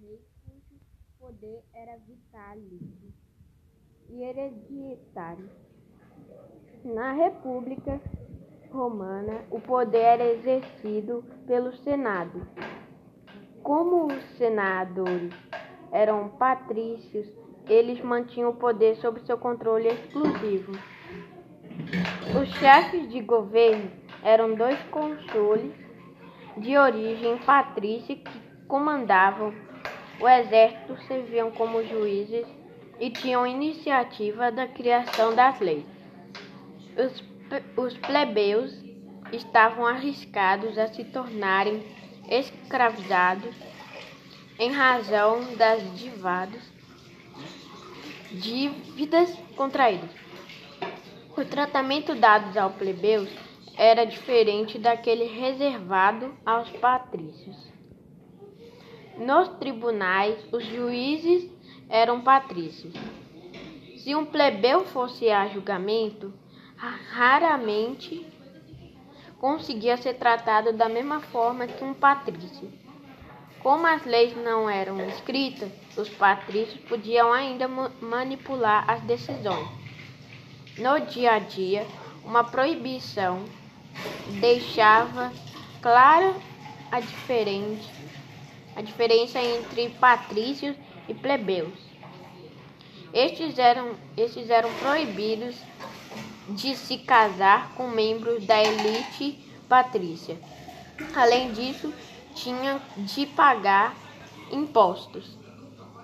rei cujo poder era vitalício e hereditário. Na República Romana, o poder era exercido pelo Senado. Como os senadores eram patrícios, eles mantinham o poder sob seu controle exclusivo. Os chefes de governo eram 2 cônsules de origem patrícia que comandavam o exército, serviam como juízes e tinham iniciativa da criação das leis. Os plebeus estavam arriscados a se tornarem escravizados em razão das dívidas contraídas. O tratamento dado aos plebeus era diferente daquele reservado aos patrícios. Nos tribunais, os juízes eram patrícios. Se um plebeu fosse a julgamento, raramente conseguia ser tratado da mesma forma que um patrício. Como as leis não eram escritas, os patrícios podiam ainda manipular as decisões. No dia a dia, uma proibição deixava clara a diferença entre patrícios e plebeus. Estes eram proibidos de se casar com membros da elite patrícia. Além disso, tinham de pagar impostos.